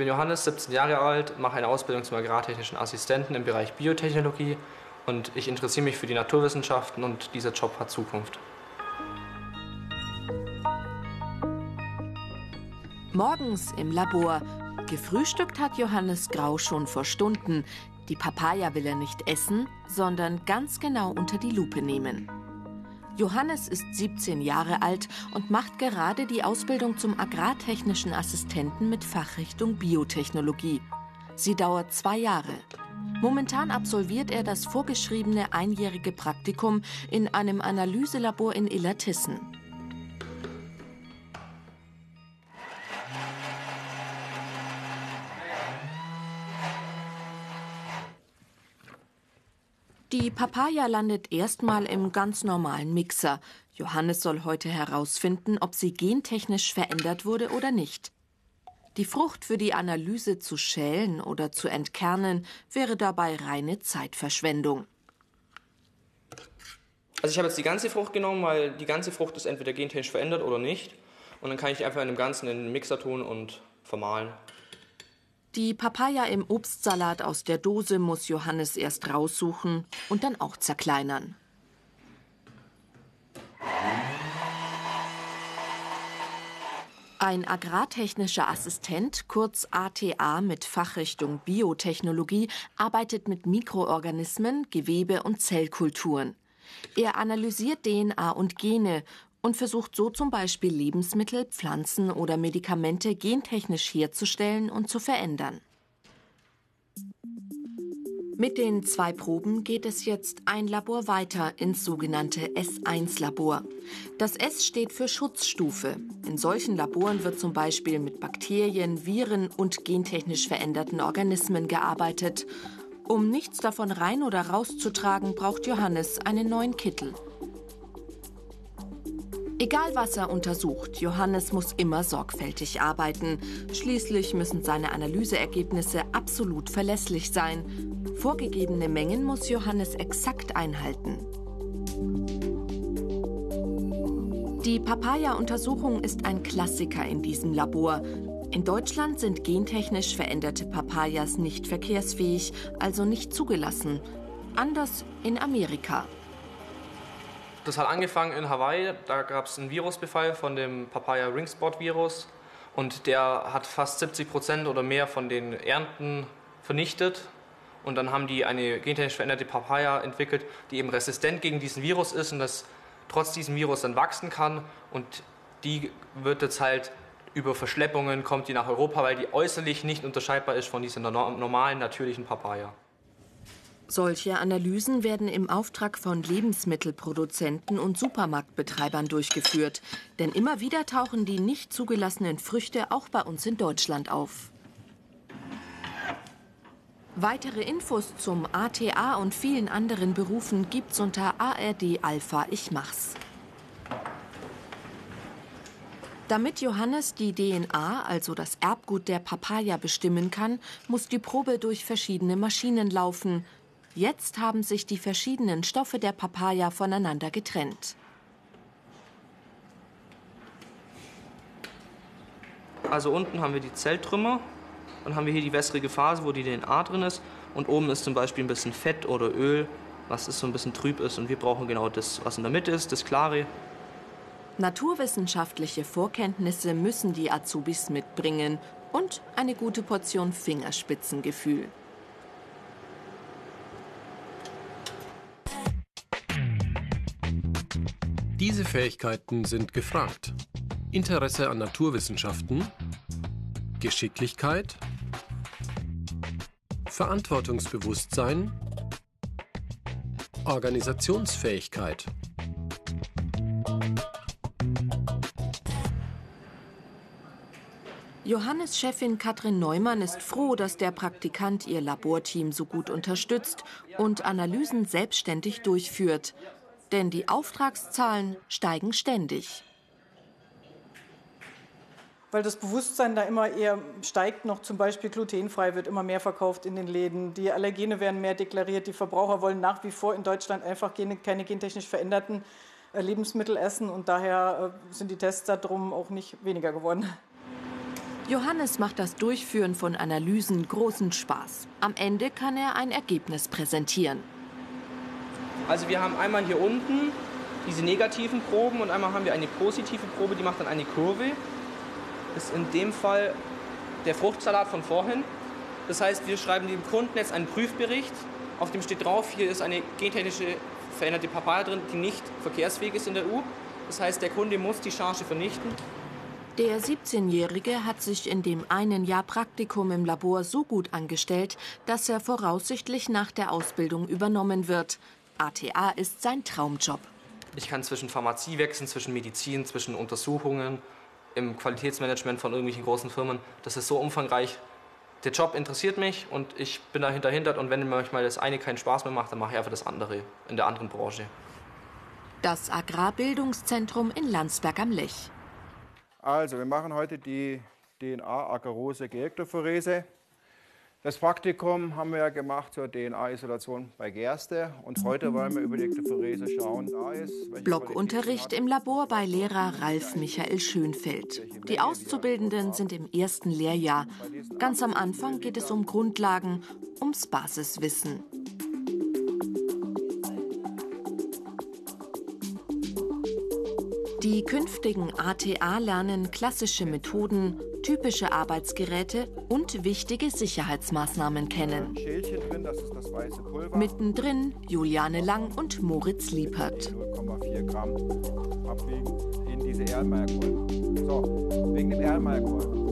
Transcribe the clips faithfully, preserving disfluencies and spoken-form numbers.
bin Johannes, siebzehn Jahre alt, mache eine Ausbildung zum agrartechnischen Assistenten im Bereich Biotechnologie und ich interessiere mich für die Naturwissenschaften und dieser Job hat Zukunft. Morgens im Labor. Gefrühstückt hat Johannes Grau schon vor Stunden. Die Papaya will er nicht essen, sondern ganz genau unter die Lupe nehmen. Johannes ist siebzehn Jahre alt und macht gerade die Ausbildung zum agrartechnischen Assistenten mit Fachrichtung Biotechnologie. Sie dauert zwei Jahre. Momentan absolviert er das vorgeschriebene einjährige Praktikum in einem Analyselabor in Illertissen. Die Papaya landet erstmal im ganz normalen Mixer. Johannes soll heute herausfinden, ob sie gentechnisch verändert wurde oder nicht. Die Frucht für die Analyse zu schälen oder zu entkernen, wäre dabei reine Zeitverschwendung. Also ich habe jetzt die ganze Frucht genommen, weil die ganze Frucht ist entweder gentechnisch verändert oder nicht. Und dann kann ich einfach in dem Ganzen in den Mixer tun und vermahlen. Die Papaya im Obstsalat aus der Dose muss Johannes erst raussuchen und dann auch zerkleinern. Ein agrartechnischer Assistent, kurz A T A mit Fachrichtung Biotechnologie, arbeitet mit Mikroorganismen, Gewebe und Zellkulturen. Er analysiert D N A und Gene und versucht so zum Beispiel Lebensmittel, Pflanzen oder Medikamente gentechnisch herzustellen und zu verändern. Mit den zwei Proben geht es jetzt ein Labor weiter ins sogenannte S eins Labor. Das S steht für Schutzstufe. In solchen Laboren wird zum Beispiel mit Bakterien, Viren und gentechnisch veränderten Organismen gearbeitet. Um nichts davon rein oder rauszutragen, braucht Johannes einen neuen Kittel. Egal was er untersucht, Johannes muss immer sorgfältig arbeiten. Schließlich müssen seine Analyseergebnisse absolut verlässlich sein. Vorgegebene Mengen muss Johannes exakt einhalten. Die Papaya-Untersuchung ist ein Klassiker in diesem Labor. In Deutschland sind gentechnisch veränderte Papayas nicht verkehrsfähig, also nicht zugelassen. Anders in Amerika. Das hat angefangen in Hawaii, da gab es einen Virusbefall von dem Papaya Ring Spot Virus und der hat fast siebzig Prozent oder mehr von den Ernten vernichtet. Und dann haben die eine gentechnisch veränderte Papaya entwickelt, die eben resistent gegen diesen Virus ist und das trotz diesem Virus dann wachsen kann. Und die wird jetzt halt über Verschleppungen, kommt die nach Europa, weil die äußerlich nicht unterscheidbar ist von dieser normalen, natürlichen Papaya. Solche Analysen werden im Auftrag von Lebensmittelproduzenten und Supermarktbetreibern durchgeführt. Denn immer wieder tauchen die nicht zugelassenen Früchte auch bei uns in Deutschland auf. Weitere Infos zum A T A und vielen anderen Berufen gibt's unter A R D Alpha Ich Mach's. Damit Johannes die D N A, also das Erbgut der Papaya, bestimmen kann, muss die Probe durch verschiedene Maschinen laufen. Jetzt haben sich die verschiedenen Stoffe der Papaya voneinander getrennt. Also unten haben wir die Zelltrümmer, dann haben wir hier die wässrige Phase, wo die D N A drin ist und oben ist zum Beispiel ein bisschen Fett oder Öl, was ist so ein bisschen trüb ist und wir brauchen genau das, was in der Mitte ist, das Klare. Naturwissenschaftliche Vorkenntnisse müssen die Azubis mitbringen und eine gute Portion Fingerspitzengefühl. Diese Fähigkeiten sind gefragt. Interesse an Naturwissenschaften, Geschicklichkeit, Verantwortungsbewusstsein, Organisationsfähigkeit. Johannes' Chefin Katrin Neumann ist froh, dass der Praktikant ihr Laborteam so gut unterstützt und Analysen selbstständig durchführt. Denn die Auftragszahlen steigen ständig. Weil das Bewusstsein da immer eher steigt, noch zum Beispiel glutenfrei wird immer mehr verkauft in den Läden. Die Allergene werden mehr deklariert. Die Verbraucher wollen nach wie vor in Deutschland einfach keine gentechnisch veränderten Lebensmittel essen. Und daher sind die Tests darum auch nicht weniger geworden. Johannes macht das Durchführen von Analysen großen Spaß. Am Ende kann er ein Ergebnis präsentieren. Also wir haben einmal hier unten diese negativen Proben und einmal haben wir eine positive Probe, die macht dann eine Kurve. Das ist in dem Fall der Fruchtsalat von vorhin. Das heißt, wir schreiben dem Kunden jetzt einen Prüfbericht, auf dem steht drauf, hier ist eine gentechnische veränderte Papaya drin, die nicht verkehrsfähig ist in der E U. Das heißt, der Kunde muss die Charge vernichten. Der siebzehnjährige hat sich in dem einen Jahr Praktikum im Labor so gut angestellt, dass er voraussichtlich nach der Ausbildung übernommen wird. A T A ist sein Traumjob. Ich kann zwischen Pharmazie wechseln, zwischen Medizin, zwischen Untersuchungen, im Qualitätsmanagement von irgendwelchen großen Firmen. Das ist so umfangreich. Der Job interessiert mich und ich bin dahinter hindert. Und wenn mir manchmal das eine keinen Spaß mehr macht, dann mache ich einfach das andere in der anderen Branche. Das Agrarbildungszentrum in Landsberg am Lech. Also, wir machen heute die D N A-Agarose-Geektophorese. Das Praktikum haben wir ja gemacht zur D N A-Isolation bei Gerste. Und heute wollen wir über die Ektophorese schauen. Da ist, Blockunterricht im Labor bei Lehrer Ralf Michael Schönfeld. Die Auszubildenden sind im ersten Lehrjahr. Ganz am Anfang geht es um Grundlagen, ums Basiswissen. Die künftigen A T A lernen klassische Methoden, typische Arbeitsgeräte und wichtige Sicherheitsmaßnahmen kennen. Mittendrin Juliane Lang und Moritz Liepert. null Komma vier Gramm abwiegen in diese Erlenmeyer-Kolben. So, wegen dem Erlenmeyer-Kolben.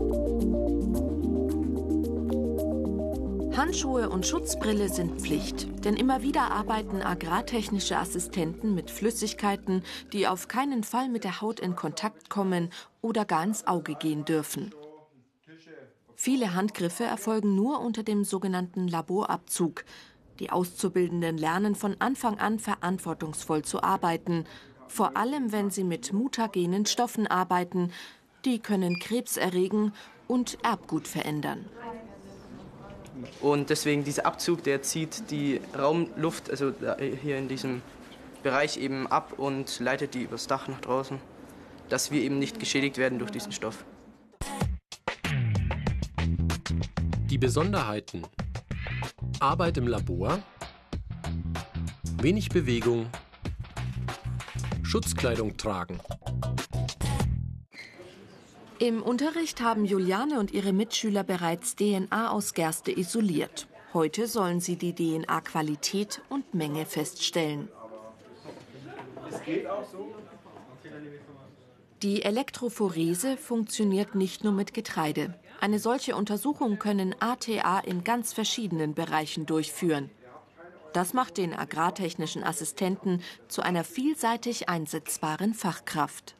Handschuhe und Schutzbrille sind Pflicht, denn immer wieder arbeiten agrartechnische Assistenten mit Flüssigkeiten, die auf keinen Fall mit der Haut in Kontakt kommen oder gar ins Auge gehen dürfen. Viele Handgriffe erfolgen nur unter dem sogenannten Laborabzug. Die Auszubildenden lernen von Anfang an verantwortungsvoll zu arbeiten, vor allem wenn sie mit mutagenen Stoffen arbeiten. Die können Krebs erregen und Erbgut verändern. Und deswegen dieser Abzug, der zieht die Raumluft, also hier in diesem Bereich eben ab und leitet die übers Dach nach draußen, dass wir eben nicht geschädigt werden durch diesen Stoff. Die Besonderheiten: Arbeit im Labor, wenig Bewegung, Schutzkleidung tragen. Im Unterricht haben Juliane und ihre Mitschüler bereits D N A aus Gerste isoliert. Heute sollen sie die D N A-Qualität und Menge feststellen. Die Elektrophorese funktioniert nicht nur mit Getreide. Eine solche Untersuchung können A T A in ganz verschiedenen Bereichen durchführen. Das macht den agrartechnischen Assistenten zu einer vielseitig einsetzbaren Fachkraft.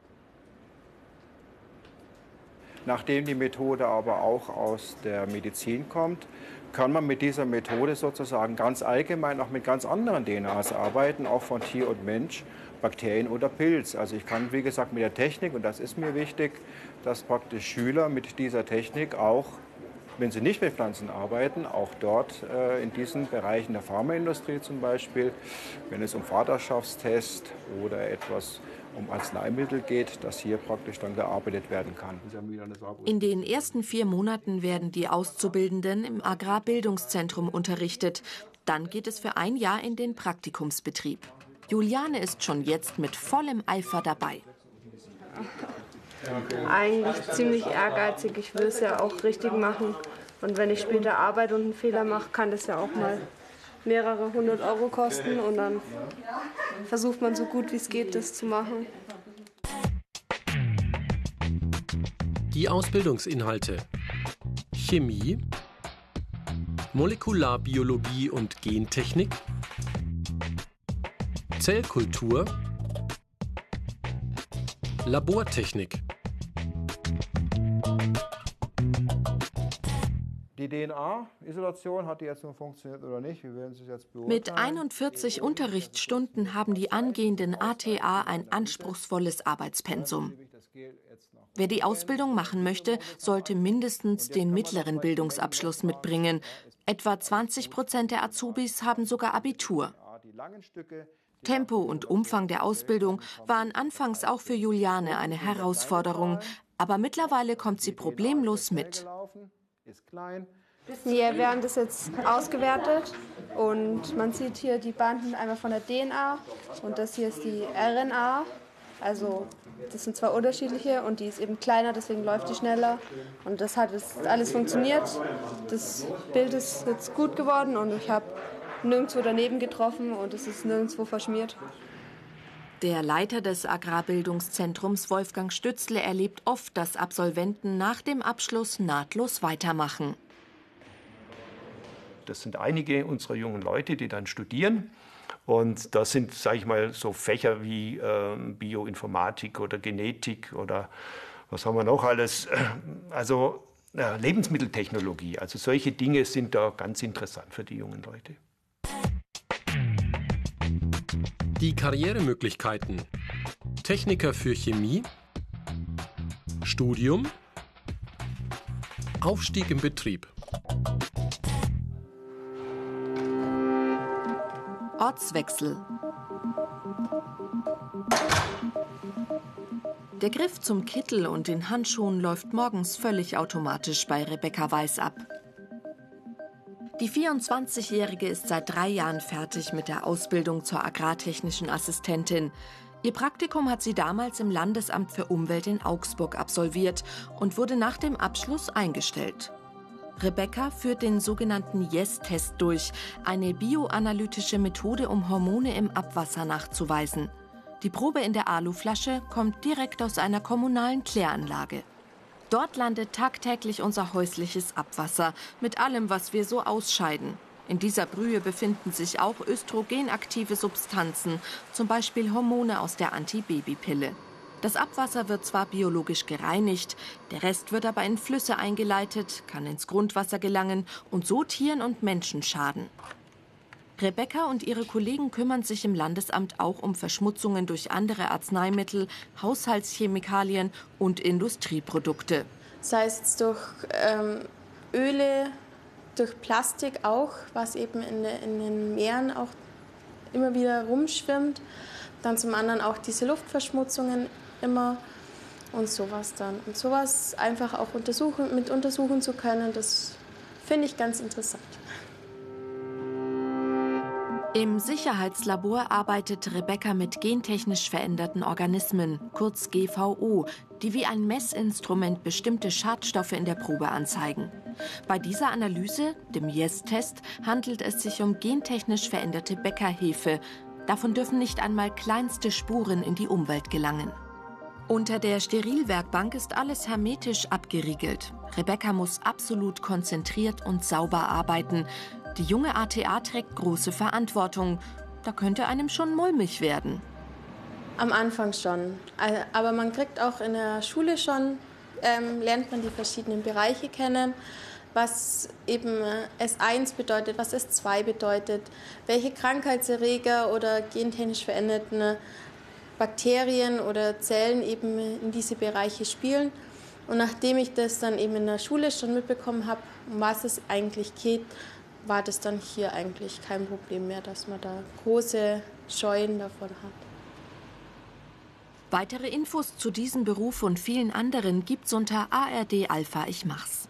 Nachdem die Methode aber auch aus der Medizin kommt, kann man mit dieser Methode sozusagen ganz allgemein auch mit ganz anderen D N As arbeiten, auch von Tier und Mensch, Bakterien oder Pilz. Also ich kann, wie gesagt, mit der Technik, und das ist mir wichtig, dass praktisch Schüler mit dieser Technik auch, wenn sie nicht mit Pflanzen arbeiten, auch dort äh, in diesen Bereichen der Pharmaindustrie zum Beispiel, wenn es um Vaterschaftstest oder etwas um Arzneimittel geht, dass hier praktisch dann gearbeitet werden kann. In den ersten vier Monaten werden die Auszubildenden im Agrarbildungszentrum unterrichtet. Dann geht es für ein Jahr in den Praktikumsbetrieb. Juliane ist schon jetzt mit vollem Eifer dabei. Eigentlich ziemlich ehrgeizig. Ich will es ja auch richtig machen. Und wenn ich später arbeite und einen Fehler mache, kann das ja auch mal mehrere hundert Euro kosten. Und dann versucht man so gut wie es geht, das zu machen. Die Ausbildungsinhalte: Chemie, Molekularbiologie und Gentechnik, Zellkultur, Labortechnik. Die D N A-Isolation, hat die jetzt nun funktioniert oder nicht? Wir werden es jetzt beurteilen. Mit einundvierzig Unterrichtsstunden haben die angehenden A T A ein anspruchsvolles Arbeitspensum. Wer die Ausbildung machen möchte, sollte mindestens den mittleren Bildungsabschluss mitbringen. Etwa zwanzig Prozent der Azubis haben sogar Abitur. Tempo und Umfang der Ausbildung waren anfangs auch für Juliane eine Herausforderung. Aber mittlerweile kommt sie problemlos mit. Ja, wir haben das jetzt ausgewertet und man sieht hier die Banden einmal von der D N A und das hier ist die R N A. Also das sind zwei unterschiedliche und die ist eben kleiner, deswegen läuft die schneller. Und das hat jetzt alles funktioniert. Das Bild ist jetzt gut geworden und ich habe nirgendwo daneben getroffen und es ist nirgendwo verschmiert. Der Leiter des Agrarbildungszentrums Wolfgang Stützle erlebt oft, dass Absolventen nach dem Abschluss nahtlos weitermachen. Das sind einige unserer jungen Leute, die dann studieren. Und das sind, sage ich mal, so Fächer wie äh, Bioinformatik oder Genetik oder was haben wir noch alles? Also äh, Lebensmitteltechnologie. Also solche Dinge sind da ganz interessant für die jungen Leute. Die Karrieremöglichkeiten: Techniker für Chemie, Studium, Aufstieg im Betrieb. Ortswechsel. Der Griff zum Kittel und den Handschuhen läuft morgens völlig automatisch bei Rebecca Weiß ab. Die vierundzwanzigjährige ist seit drei Jahren fertig mit der Ausbildung zur agrartechnischen Assistentin. Ihr Praktikum hat sie damals im Landesamt für Umwelt in Augsburg absolviert und wurde nach dem Abschluss eingestellt. Rebecca führt den sogenannten Yes-Test durch, eine bioanalytische Methode, um Hormone im Abwasser nachzuweisen. Die Probe in der Aluflasche kommt direkt aus einer kommunalen Kläranlage. Dort landet tagtäglich unser häusliches Abwasser mit allem, was wir so ausscheiden. In dieser Brühe befinden sich auch östrogenaktive Substanzen, zum Beispiel Hormone aus der Antibabypille. Das Abwasser wird zwar biologisch gereinigt, der Rest wird aber in Flüsse eingeleitet, kann ins Grundwasser gelangen und so Tieren und Menschen schaden. Rebecca und ihre Kollegen kümmern sich im Landesamt auch um Verschmutzungen durch andere Arzneimittel, Haushaltschemikalien und Industrieprodukte. Sei es jetzt durch ähm, Öle, durch Plastik auch, was eben in, de, in den Meeren auch immer wieder rumschwimmt. Dann zum anderen auch diese Luftverschmutzungen immer und sowas dann. Und sowas einfach auch untersuchen, mit untersuchen zu können, das finde ich ganz interessant. Im Sicherheitslabor arbeitet Rebecca mit gentechnisch veränderten Organismen, kurz G V O, die wie ein Messinstrument bestimmte Schadstoffe in der Probe anzeigen. Bei dieser Analyse, dem Yes-Test, handelt es sich um gentechnisch veränderte Bäckerhefe. Davon dürfen nicht einmal kleinste Spuren in die Umwelt gelangen. Unter der Sterilwerkbank ist alles hermetisch abgeriegelt. Rebecca muss absolut konzentriert und sauber arbeiten. Die junge A T A trägt große Verantwortung. Da könnte einem schon mulmig werden. Am Anfang schon. Aber man kriegt auch in der Schule schon, ähm, lernt man die verschiedenen Bereiche kennen. Was eben S eins bedeutet, was S zwei bedeutet, welche Krankheitserreger oder gentechnisch veränderten Bakterien oder Zellen eben in diese Bereiche spielen. Und nachdem ich das dann eben in der Schule schon mitbekommen habe, um was es eigentlich geht, war das dann hier eigentlich kein Problem mehr, dass man da große Scheuen davon hat. Weitere Infos zu diesem Beruf und vielen anderen gibt's unter A R D Alpha Ich Mach's.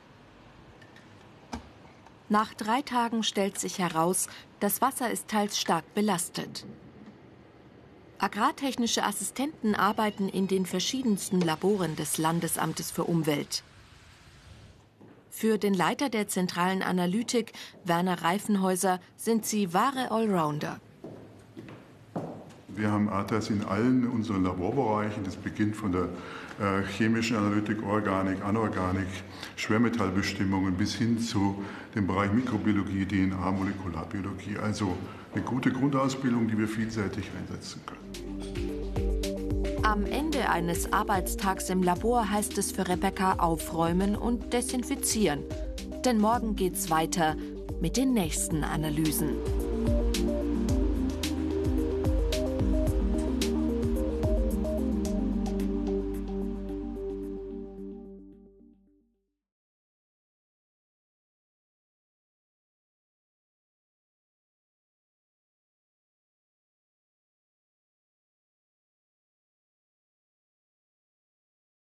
Nach drei Tagen stellt sich heraus, das Wasser ist teils stark belastet. Agrartechnische Assistenten arbeiten in den verschiedensten Laboren des Landesamtes für Umwelt. Für den Leiter der zentralen Analytik, Werner Reifenhäuser, sind sie wahre Allrounder. Wir haben A T A S in allen unseren Laborbereichen. Das beginnt von der äh, chemischen Analytik, Organik, Anorganik, Schwermetallbestimmungen bis hin zu dem Bereich Mikrobiologie, D N A, Molekularbiologie. Also eine gute Grundausbildung, die wir vielseitig einsetzen können. Am Ende eines Arbeitstags im Labor heißt es für Rebecca aufräumen und desinfizieren. Denn morgen geht's weiter mit den nächsten Analysen.